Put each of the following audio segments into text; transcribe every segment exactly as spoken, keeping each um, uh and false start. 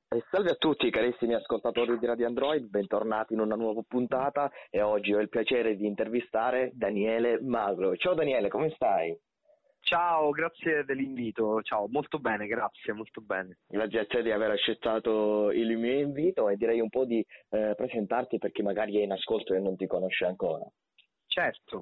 E salve a tutti carissimi ascoltatori di Radio Android, bentornati in una nuova puntata e oggi ho il piacere di intervistare Daniele Magro. Ciao Daniele, come stai? Ciao, grazie dell'invito. Ciao, molto bene, grazie, molto bene. La piacere di aver accettato il mio invito e direi un po' di eh, presentarti per chi magari è in ascolto e non ti conosce ancora. Certo.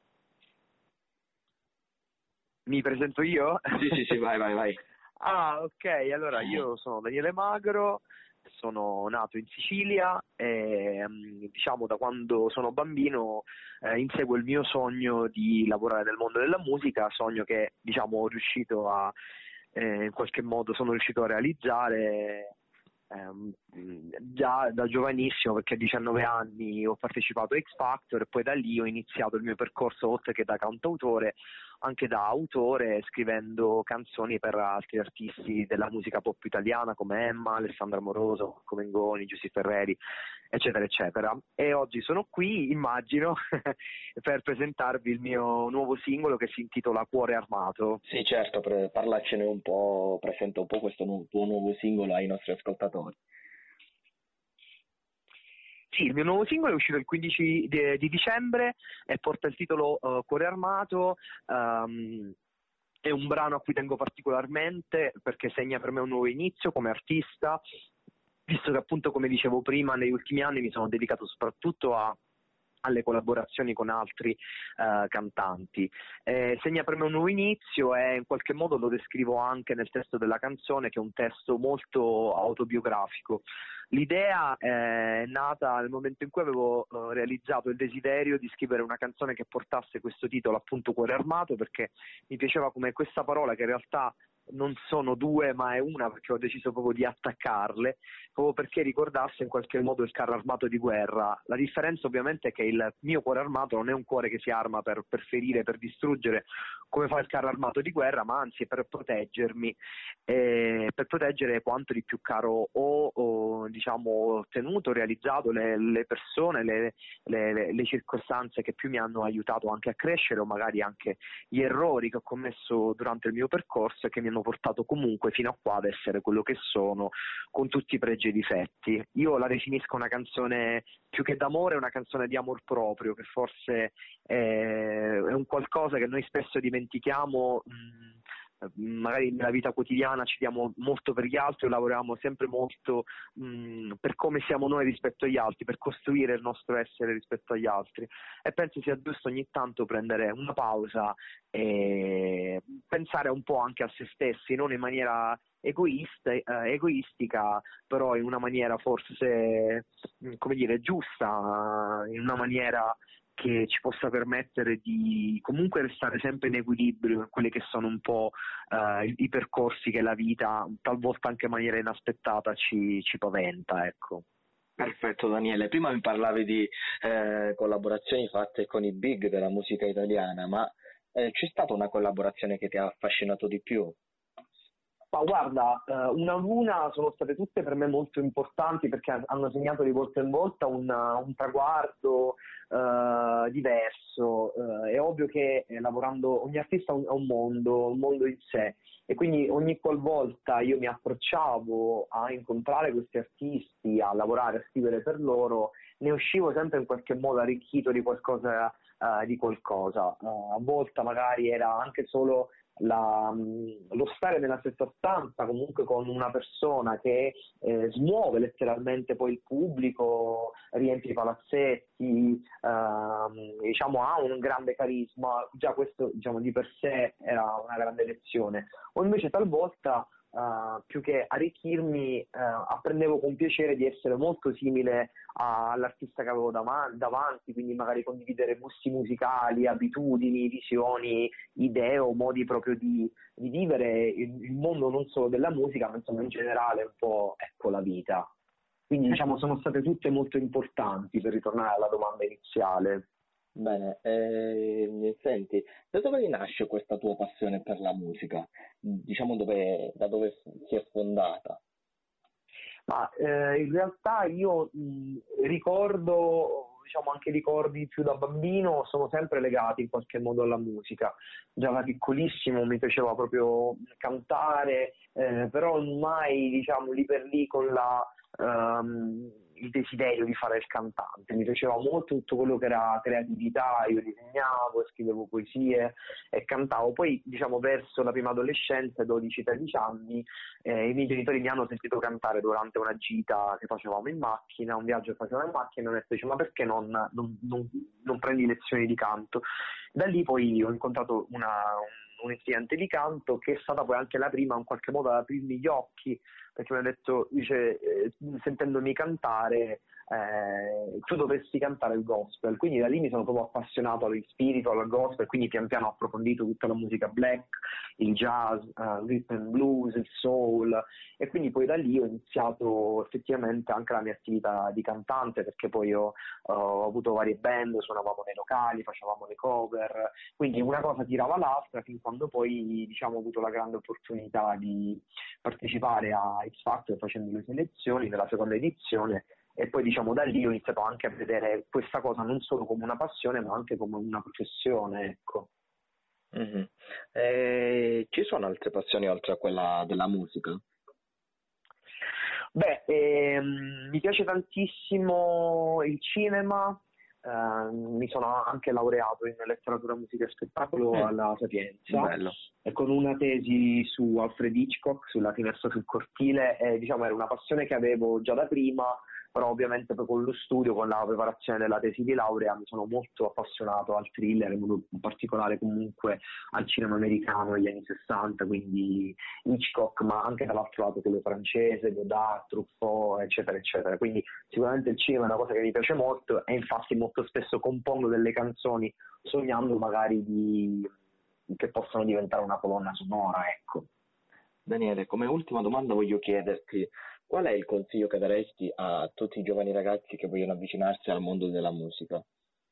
Mi presento io? Sì, sì, sì, vai, vai, vai. Ah, ok, allora io sono Daniele Magro, sono nato in Sicilia e diciamo da quando sono bambino eh, inseguo il mio sogno di lavorare nel mondo della musica, sogno che diciamo ho riuscito a eh, in qualche modo sono riuscito a realizzare ehm, già da giovanissimo, perché a diciannove anni ho partecipato a X Factor e poi da lì ho iniziato il mio percorso oltre che da cantautore anche da autore, scrivendo canzoni per altri artisti della musica pop italiana come Emma, Alessandra Moroso, Marco Mengoni, Giussi Ferreri, eccetera, eccetera. E oggi sono qui, immagino, per presentarvi il mio nuovo singolo che si intitola Cuore Armato. Sì, certo, per parlarcene un po', presenta un po' questo nu- tuo nuovo singolo ai nostri ascoltatori. Sì, il mio nuovo singolo è uscito il quindici di, di dicembre e porta il titolo uh, Cuore Armato. Um, è un brano a cui tengo particolarmente perché segna per me un nuovo inizio come artista, visto che appunto, come dicevo prima, negli ultimi anni mi sono dedicato soprattutto a alle collaborazioni con altri uh, cantanti. Eh, segna per me un nuovo inizio e in qualche modo lo descrivo anche nel testo della canzone, che è un testo molto autobiografico. L'idea è nata nel momento in cui avevo uh, realizzato il desiderio di scrivere una canzone che portasse questo titolo, appunto Cuore Armato, perché mi piaceva come questa parola, che in realtà non sono due ma è una, perché ho deciso proprio di attaccarle, proprio perché ricordasse in qualche modo il carro armato di guerra. La differenza ovviamente è che il mio cuore armato non è un cuore che si arma per, per ferire, per distruggere come fa il carro armato di guerra, ma anzi è per proteggermi, eh, per proteggere quanto di più caro ho, ho diciamo, ottenuto, realizzato, le, le persone, le, le, le circostanze che più mi hanno aiutato anche a crescere, o magari anche gli errori che ho commesso durante il mio percorso e che mi hanno portato comunque fino a qua ad essere quello che sono, con tutti i pregi e i difetti. Io la definisco una canzone più che d'amore, una canzone di amor proprio, che forse è, è un qualcosa che noi spesso dimentichiamo. Mh, magari nella vita quotidiana ci diamo molto per gli altri o lavoriamo sempre molto mh, per come siamo noi rispetto agli altri, per costruire il nostro essere rispetto agli altri, e penso sia giusto ogni tanto prendere una pausa e pensare un po' anche a se stessi, non in maniera egoista, eh, egoistica, però in una maniera forse, mh, come dire, giusta, in una maniera che ci possa permettere di comunque restare sempre in equilibrio in quelli che sono un po' uh, i, i percorsi che la vita, talvolta anche in maniera inaspettata, ci, ci paventa, ecco. Perfetto Daniele, prima mi parlavi di eh, collaborazioni fatte con i big della musica italiana, ma eh, c'è stata una collaborazione che ti ha affascinato di più? Ma guarda, eh, una ad una sono state tutte per me molto importanti, perché hanno segnato di volta in volta un, un traguardo eh, diverso. Eh, è ovvio che eh, lavorando, ogni artista ha un, ha un mondo, un mondo in sé, e quindi ogni qualvolta io mi approcciavo a incontrare questi artisti, a lavorare, a scrivere per loro, ne uscivo sempre in qualche modo arricchito di qualcosa, eh, di qualcosa. Eh, a volte magari era anche solo la, lo stare nella stessa stanza comunque con una persona che eh, smuove letteralmente poi il pubblico, riempie i palazzetti, ehm, diciamo ha un grande carisma, già questo diciamo di per sé era una grande lezione. O invece talvolta Uh, più che arricchirmi, uh, apprendevo con piacere di essere molto simile a, all'artista che avevo dav- davanti, quindi magari condividere gusti musicali, abitudini, visioni, idee o modi proprio di, di vivere il, il mondo non solo della musica, ma insomma in generale un po', ecco, la vita. Quindi diciamo sono state tutte molto importanti, per ritornare alla domanda iniziale. Bene, eh, senti, da dove nasce questa tua passione per la musica? Diciamo dove, da dove si è fondata? Ma eh, in realtà io mh, ricordo diciamo anche ricordi più da bambino sono sempre legati in qualche modo alla musica. Già da piccolissimo mi piaceva proprio cantare, eh, però mai diciamo lì per lì con la ehm, il desiderio di fare il cantante. Mi piaceva molto tutto quello che era creatività, io disegnavo, scrivevo poesie e cantavo. Poi diciamo verso la prima adolescenza, dodici tredici anni, eh, i miei genitori mi hanno sentito cantare durante una gita che facevamo in macchina, un viaggio che facevamo in macchina, e mi hanno detto: dice, ma perché non, non, non, non prendi lezioni di canto? Da lì poi ho incontrato una, un insegnante di canto che è stata poi anche la prima in qualche modo ad aprirmi gli occhi, perché mi ha detto, dice, eh, sentendomi cantare, eh, tu dovresti cantare il gospel. Quindi da lì mi sono proprio appassionato allo spirito, al gospel, quindi pian piano ho approfondito tutta la musica black, il jazz, uh, rhythm and blues, il soul, e quindi poi da lì ho iniziato effettivamente anche la mia attività di cantante, perché poi ho, uh, ho avuto varie band, suonavamo nei locali, facevamo le cover, quindi una cosa tirava l'altra fin quando poi diciamo ho avuto la grande opportunità di partecipare a X Factor facendo le selezioni nella seconda edizione, e poi diciamo da lì ho iniziato anche a vedere questa cosa non solo come una passione ma anche come una professione, ecco. Mhm. E ci sono altre passioni oltre a quella della musica? Beh, ehm, mi piace tantissimo il cinema, ehm, mi sono anche laureato in letteratura, musica e spettacolo Mm, alla Sapienza, bello. e con una tesi su Alfred Hitchcock, sulla finestra sul cortile, e diciamo era una passione che avevo già da prima, però ovviamente poi con lo studio, con la preparazione della tesi di laurea, mi sono molto appassionato al thriller, in modo in particolare comunque al cinema americano degli anni sessanta, quindi Hitchcock, ma anche dall'altro lato quello francese, Godard, Truffaut, eccetera, eccetera. Quindi sicuramente il cinema è una cosa che mi piace molto, e infatti molto spesso compongo delle canzoni sognando magari di che possano diventare una colonna sonora, ecco. Daniele, come ultima domanda voglio chiederti qual è il consiglio che daresti a tutti i giovani ragazzi che vogliono avvicinarsi al mondo della musica?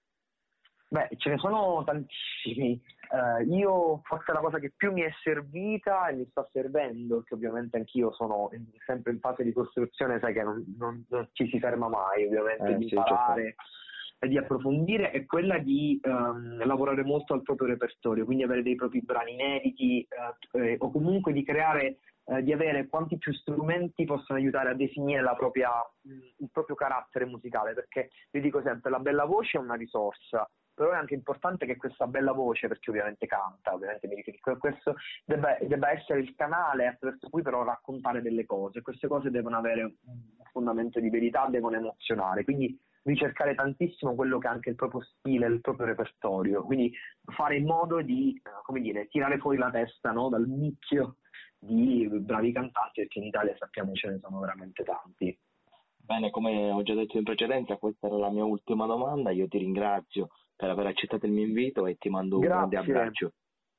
Beh, ce ne sono tantissimi. Eh, io forse la cosa che più mi è servita e mi sta servendo, che ovviamente anch'io sono in- sempre in fase di costruzione, sai che non, non- non ci si ferma mai, ovviamente, Eh di sì, certo. imparare e di approfondire, è quella di ehm, lavorare molto al proprio repertorio, quindi avere dei propri brani inediti, eh, eh, o comunque di creare, eh, di avere quanti più strumenti possono aiutare a definire la propria, mh, il proprio carattere musicale, perché io dico sempre la bella voce è una risorsa, però è anche importante che questa bella voce, perché ovviamente canta, ovviamente mi riferisco a questo, debba, debba essere il canale attraverso cui però raccontare delle cose. Queste cose devono avere un fondamento di verità, devono emozionare, quindi ricercare tantissimo quello che è anche il proprio stile, il proprio repertorio, quindi fare in modo di, eh, come dire, tirare fuori la testa, no, dal nicchio di bravi cantanti, perché in Italia sappiamo ce ne sono veramente tanti. Bene, come ho già detto in precedenza, questa era la mia ultima domanda. Io ti ringrazio per aver accettato il mio invito e ti mando un grande Grazie, abbraccio.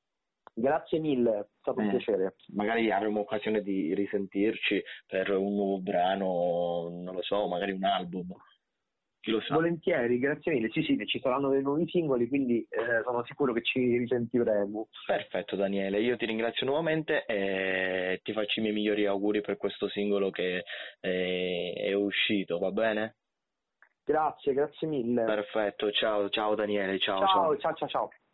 grazie mille, è stato un Eh, piacere. magari avremo occasione di risentirci per un nuovo brano, non lo so, magari un album, chi lo sa. Volentieri, grazie mille. Sì, sì, ci saranno dei nuovi singoli, quindi eh, sono sicuro che ci risentiremo. Perfetto Daniele, io ti ringrazio nuovamente e ti faccio i miei migliori auguri per questo singolo che eh, è uscito, va bene? Grazie, grazie mille. Perfetto, ciao, ciao Daniele, ciao ciao. Ciao, ciao, ciao, ciao.